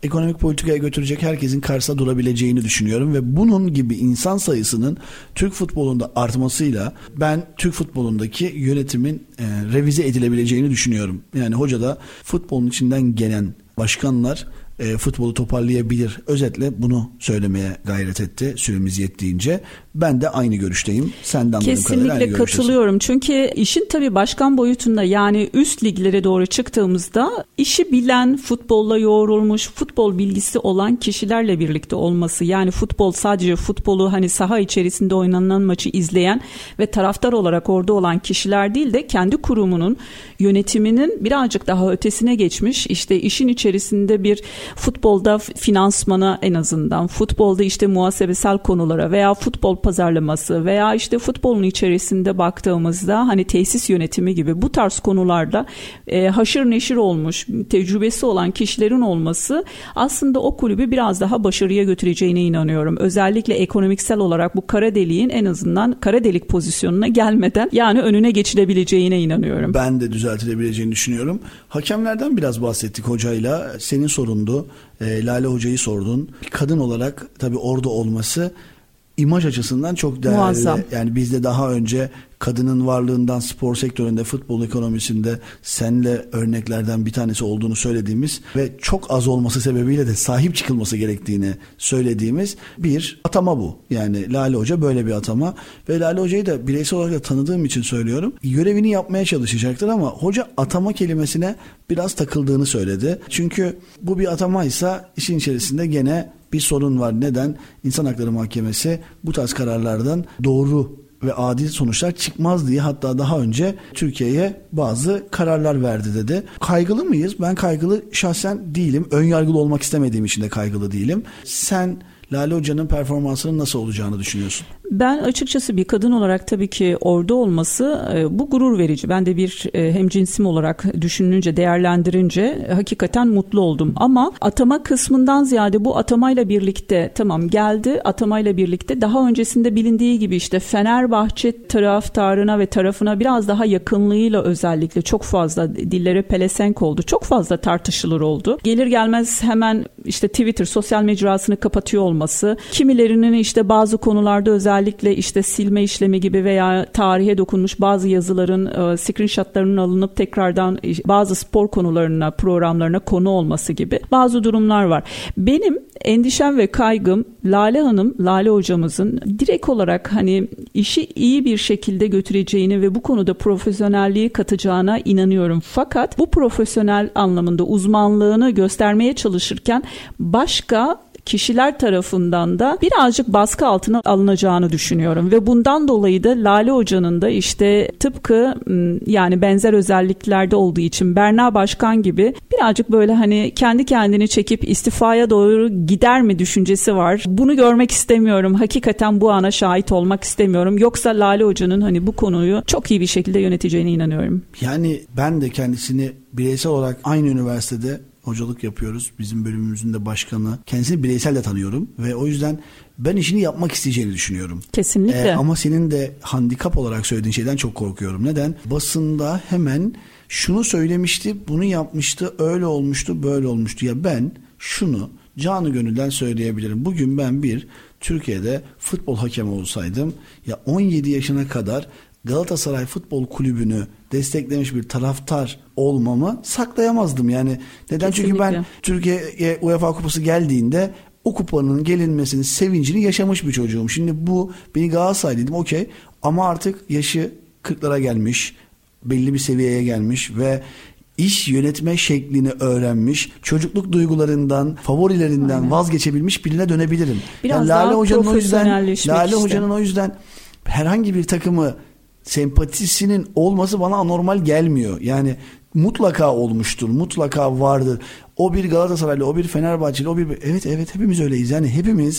ekonomik politikaya götürecek herkesin karşısında durabileceğini düşünüyorum ve bunun gibi insan sayısının Türk futbolunda artmasıyla ben Türk futbolundaki yönetimin e, revize edilebileceğini düşünüyorum. Yani hoca da futbolun içinden gelen başkanlar e, futbolu toparlayabilir. Özetle bunu söylemeye gayret etti süremiz yettiğince. Ben de aynı görüşteyim. Senden kesinlikle katılıyorum. Çünkü işin tabii başkan boyutunda, yani üst liglere doğru çıktığımızda işi bilen, futbolla yoğrulmuş, futbol bilgisi olan kişilerle birlikte olması. Yani futbol sadece futbolu hani saha içerisinde oynanan maçı izleyen ve taraftar olarak orada olan kişiler değil de kendi kurumunun yönetiminin birazcık daha ötesine geçmiş. İşte işin içerisinde bir futbolda finansmana, en azından futbolda işte muhasebesel konulara veya futbol pazarlaması veya işte futbolun içerisinde baktığımızda hani tesis yönetimi gibi bu tarz konularda e, haşır neşir olmuş, tecrübesi olan kişilerin olması aslında o kulübü biraz daha başarıya götüreceğine inanıyorum. Özellikle ekonomiksel olarak bu kara deliğin en azından kara delik pozisyonuna gelmeden yani önüne geçilebileceğine inanıyorum. Ben de düzeltilebileceğini düşünüyorum. Hakemlerden biraz bahsettik hocayla. Senin sorundu. E, Lale Hoca'yı sordun. Kadın olarak tabii orada olması İmaj açısından çok değerli. Muazzam. Yani biz de daha önce kadının varlığından spor sektöründe, futbol ekonomisinde senle örneklerden bir tanesi olduğunu söylediğimiz ve çok az olması sebebiyle de sahip çıkılması gerektiğini söylediğimiz bir atama bu. Yani Lale Hoca böyle bir atama ve Lale Hoca'yı da bireysel olarak da tanıdığım için söylüyorum. Görevini yapmaya çalışacaktır ama hoca atama kelimesine biraz takıldığını söyledi. Çünkü bu bir atamaysa işin içerisinde gene bir sorun var. Neden? İnsan Hakları Mahkemesi bu tarz kararlardan doğru ve adil sonuçlar çıkmaz diye, hatta daha önce Türkiye'ye bazı kararlar verdi dedi. Kaygılı mıyız? Ben kaygılı şahsen değilim. Önyargılı olmak istemediğim için de kaygılı değilim. Sen Lale Hoca'nın performansının nasıl olacağını düşünüyorsun? Ben açıkçası bir kadın olarak tabii ki orada olması e, bu gurur verici. Ben de bir e, hemcinsim olarak düşününce, değerlendirince e, hakikaten mutlu oldum. Ama atama kısmından ziyade bu atamayla birlikte tamam geldi, atamayla birlikte daha öncesinde bilindiği gibi işte Fenerbahçe taraftarına ve tarafına biraz daha yakınlığıyla özellikle çok fazla dillere pelesenk oldu. Çok fazla tartışılır oldu. Gelir gelmez hemen işte Twitter sosyal mecrasını kapatıyor olması, kimilerinin işte bazı konularda özellikle Özellikle işte silme işlemi gibi veya tarihe dokunmuş bazı yazıların e, screenshotlarının alınıp tekrardan bazı spor konularına, programlarına konu olması gibi bazı durumlar var. Benim endişem ve kaygım Lale Hanım, Lale hocamızın direkt olarak hani işi iyi bir şekilde götüreceğini ve bu konuda profesyonelliği katacağına inanıyorum. Fakat bu profesyonel anlamında uzmanlığını göstermeye çalışırken başka kişiler tarafından da birazcık baskı altına alınacağını düşünüyorum ve bundan dolayı da Lale Hoca'nın da işte tıpkı yani benzer özelliklerde olduğu için Berna Başkan gibi birazcık böyle hani kendi kendini çekip istifaya doğru gider mi düşüncesi var. Bunu görmek istemiyorum. Hakikaten bu ana şahit olmak istemiyorum. Yoksa Lale Hoca'nın hani bu konuyu çok iyi bir şekilde yöneteceğine inanıyorum. Yani ben de kendisini bireysel olarak aynı üniversitede hocalık yapıyoruz. Bizim bölümümüzün de başkanı. Kendisini bireysel de tanıyorum ve o yüzden ben işini yapmak isteyeceğini düşünüyorum. Kesinlikle. Ee, ama senin de handikap olarak söylediğin şeyden çok korkuyorum. Neden? Basında hemen şunu söylemişti, bunu yapmıştı, öyle olmuştu, böyle olmuştu. Ya ben şunu canı gönülden söyleyebilirim. Bugün ben bir Türkiye'de futbol hakemi olsaydım ya on yedi yaşına kadar Galatasaray Futbol Kulübü'nü desteklemiş bir taraftar olmamı saklayamazdım. Yani neden? Kesinlikle. Çünkü ben Türkiye'ye UEFA Kupası geldiğinde o kupanın gelinmesinin sevincini yaşamış bir çocuğum. Şimdi bu beni Galatasaraylıydım okey ama artık yaşı kırklara gelmiş, belli bir seviyeye gelmiş ve iş yönetme şeklini öğrenmiş, çocukluk duygularından, favorilerinden Aynen. vazgeçebilmiş birine dönebilirim. Biraz yani daha Lale Hoca'nın o yüzden Lale işte. Hoca'nın o yüzden herhangi bir takımı sempatisinin olması bana anormal gelmiyor. Yani mutlaka olmuştur, mutlaka vardır. O bir Galatasaraylı, o bir Fenerbahçeli, o bir evet evet hepimiz öyleyiz. Yani hepimiz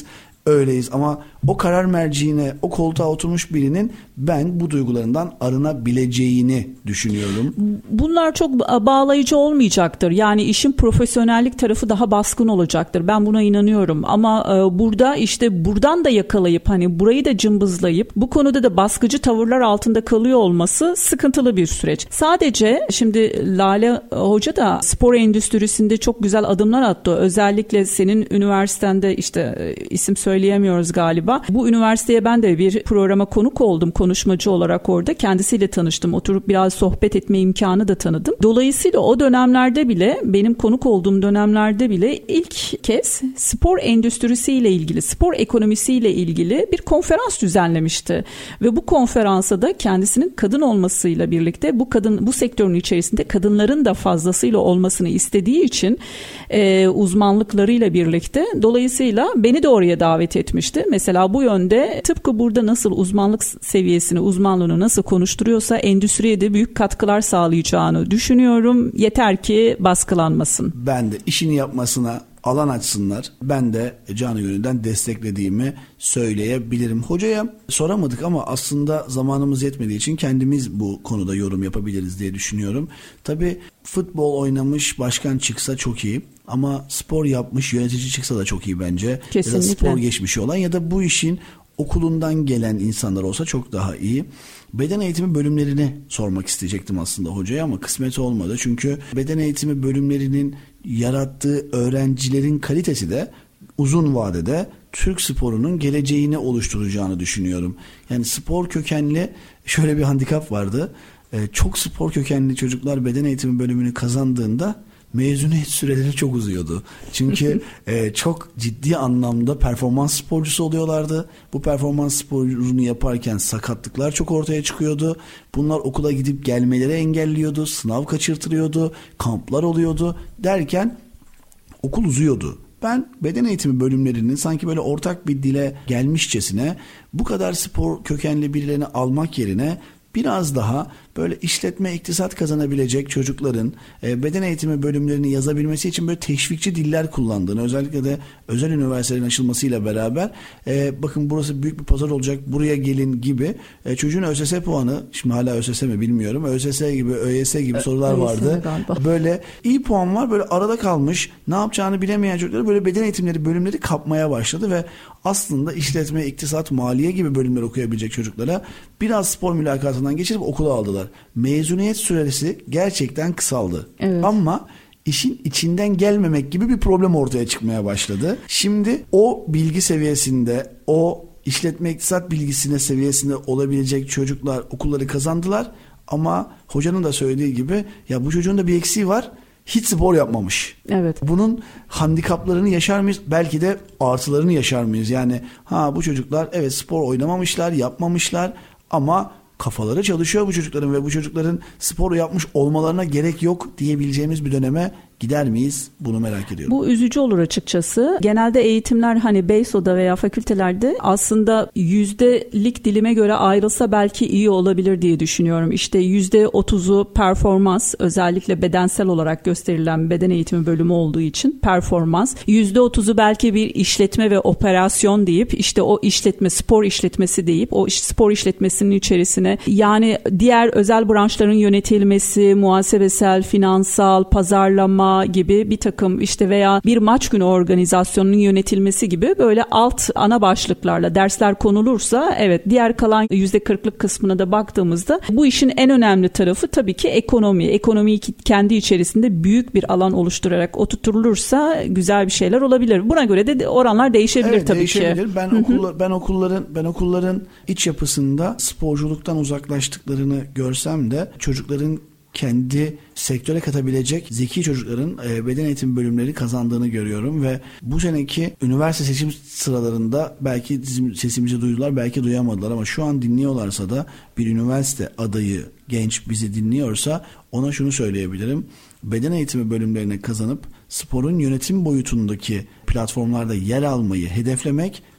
öyleyiz ama o karar merciğine, o koltuğa oturmuş birinin ben bu duygularından arınabileceğini düşünüyorum. Bunlar çok bağlayıcı olmayacaktır. Yani işin profesyonellik tarafı daha baskın olacaktır. Ben buna inanıyorum. Ama e, burada işte buradan da yakalayıp hani burayı da cımbızlayıp bu konuda da baskıcı tavırlar altında kalıyor olması sıkıntılı bir süreç. Sadece şimdi Lale Hoca da spor endüstrisinde çok güzel adımlar attı. Özellikle senin üniversitende işte e, isim söyleyemiyoruz galiba. Bu üniversiteye ben de bir programa konuk oldum konuşmacı olarak orada. Kendisiyle tanıştım. Oturup biraz sohbet etme imkanı da tanıdım. Dolayısıyla o dönemlerde bile benim konuk olduğum dönemlerde bile ilk kez spor endüstrisiyle ilgili, spor ekonomisiyle ilgili bir konferans düzenlemişti. Ve bu konferansa da kendisinin kadın olmasıyla birlikte bu kadın bu sektörün içerisinde kadınların da fazlasıyla olmasını istediği için e, uzmanlıklarıyla birlikte dolayısıyla beni de oraya davet etmişti. Mesela bu yönde tıpkı burada nasıl uzmanlık seviyesini, uzmanlığını nasıl konuşturuyorsa endüstriye de büyük katkılar sağlayacağını düşünüyorum. Yeter ki baskılanmasın. Ben de işini yapmasına alan açsınlar. Ben de canı gönülden desteklediğimi söyleyebilirim. Hocaya soramadık ama aslında zamanımız yetmediği için kendimiz bu konuda yorum yapabiliriz diye düşünüyorum. Tabii futbol oynamış başkan çıksa çok iyi. Ama spor yapmış yönetici çıksa da çok iyi bence. Kesinlikle. Ya da spor geçmişi olan ya da bu işin okulundan gelen insanlar olsa çok daha iyi. Beden eğitimi bölümlerini sormak isteyecektim aslında hocaya ama kısmet olmadı. Çünkü beden eğitimi bölümlerinin yarattığı öğrencilerin kalitesi de uzun vadede Türk sporunun geleceğini oluşturacağını düşünüyorum. Yani spor kökenli şöyle bir handikap vardı. Ee, çok spor kökenli çocuklar beden eğitimi bölümünü kazandığında mezuniyet süreleri çok uzuyordu. Çünkü e, çok ciddi anlamda performans sporcusu oluyorlardı. Bu performans sporculuğunu yaparken sakatlıklar çok ortaya çıkıyordu. Bunlar okula gidip gelmeleri engelliyordu. Sınav kaçırtılıyordu. Kamplar oluyordu. Derken okul uzuyordu. Ben beden eğitimi bölümlerinin sanki böyle ortak bir dile gelmişçesine bu kadar spor kökenli birilerini almak yerine biraz daha böyle işletme, iktisat kazanabilecek çocukların e, beden eğitimi bölümlerini yazabilmesi için böyle teşvikçi diller kullandığını, özellikle de özel üniversitelerin açılmasıyla beraber e, bakın burası büyük bir pazar olacak, buraya gelin gibi e, çocuğun ÖSS puanı, şimdi hala ÖSS mi bilmiyorum, ÖSS gibi, ÖYS gibi sorular vardı. Böyle iyi puan var, böyle arada kalmış, ne yapacağını bilemeyen çocukları böyle beden eğitimleri bölümleri kapmaya başladı ve aslında işletme, iktisat, maliye gibi bölümler okuyabilecek çocuklara biraz spor mülakatından geçirip okula aldılar. Mezuniyet süresi gerçekten kısaldı. Evet. Ama işin içinden gelmemek gibi bir problem ortaya çıkmaya başladı. Şimdi o bilgi seviyesinde, o işletme iktisat bilgisine seviyesinde olabilecek çocuklar okulları kazandılar. Ama hocanın da söylediği gibi ya bu çocuğun da bir eksiği var. Hiç spor yapmamış. Evet. Bunun handikaplarını yaşar mıyız? Belki de artılarını yaşar mıyız? Yani ha bu çocuklar evet spor oynamamışlar, yapmamışlar ama kafaları çalışıyor bu çocukların ve bu çocukların spor yapmış olmalarına gerek yok diyebileceğimiz bir döneme gider miyiz? Bunu merak ediyorum. Bu üzücü olur açıkçası. Genelde eğitimler hani BEYSO'da veya fakültelerde aslında yüzdelik dilime göre ayrılsa belki iyi olabilir diye düşünüyorum. İşte yüzde otuzu performans, özellikle bedensel olarak gösterilen beden eğitimi bölümü olduğu için performans. yüzde otuzu belki bir işletme ve operasyon deyip işte o işletme, spor işletmesi deyip o spor işletmesinin içerisine yani diğer özel branşların yönetilmesi, muhasebesel, finansal, pazarlama gibi bir takım işte veya bir maç günü organizasyonunun yönetilmesi gibi böyle alt ana başlıklarla dersler konulursa evet diğer kalan yüzde kırklık kısmına da baktığımızda bu işin en önemli tarafı tabii ki ekonomi. Ekonomiyi kendi içerisinde büyük bir alan oluşturarak oturtulursa güzel bir şeyler olabilir. Buna göre de oranlar değişebilir evet, tabii değişebilir. ki. Ben okullar, ben okulların ben okulların iç yapısında sporculuktan uzaklaştıklarını görsem de çocukların kendi sektöre katabilecek zeki çocukların e, beden eğitimi bölümleri kazandığını görüyorum ve bu seneki üniversite seçim sıralarında belki sesimizi duydular, belki duyamadılar ama şu an dinliyorlarsa da bir üniversite adayı genç bizi dinliyorsa ona şunu söyleyebilirim. Beden eğitimi bölümlerini kazanıp sporun yönetim boyutundaki platformlarda yer almayı hedeflemek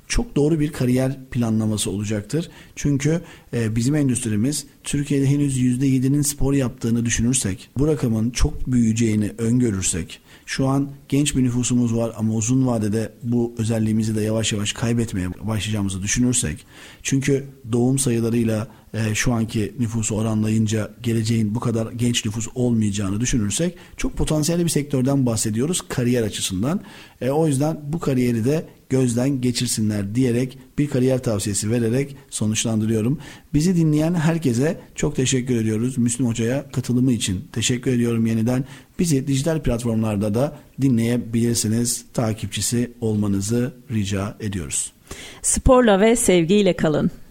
çok doğru bir kariyer planlaması olacaktır. Çünkü e, bizim endüstrimiz Türkiye'de henüz yüzde yedinin spor yaptığını düşünürsek, bu rakamın çok büyüyeceğini öngörürsek, şu an genç bir nüfusumuz var ama uzun vadede bu özelliğimizi de yavaş yavaş kaybetmeye başlayacağımızı düşünürsek, çünkü doğum sayılarıyla e, şu anki nüfusu oranlayınca geleceğin bu kadar genç nüfus olmayacağını düşünürsek çok potansiyelli bir sektörden bahsediyoruz kariyer açısından. E, o yüzden bu kariyeri de gözden geçirsinler diyerek bir kariyer tavsiyesi vererek sonuçlandırıyorum. Bizi dinleyen herkese çok teşekkür ediyoruz. Müslüm Hoca'ya katılımı için teşekkür ediyorum yeniden. Bizi dijital platformlarda da dinleyebilirsiniz. Takipçisi olmanızı rica ediyoruz. Sporla ve sevgiyle kalın.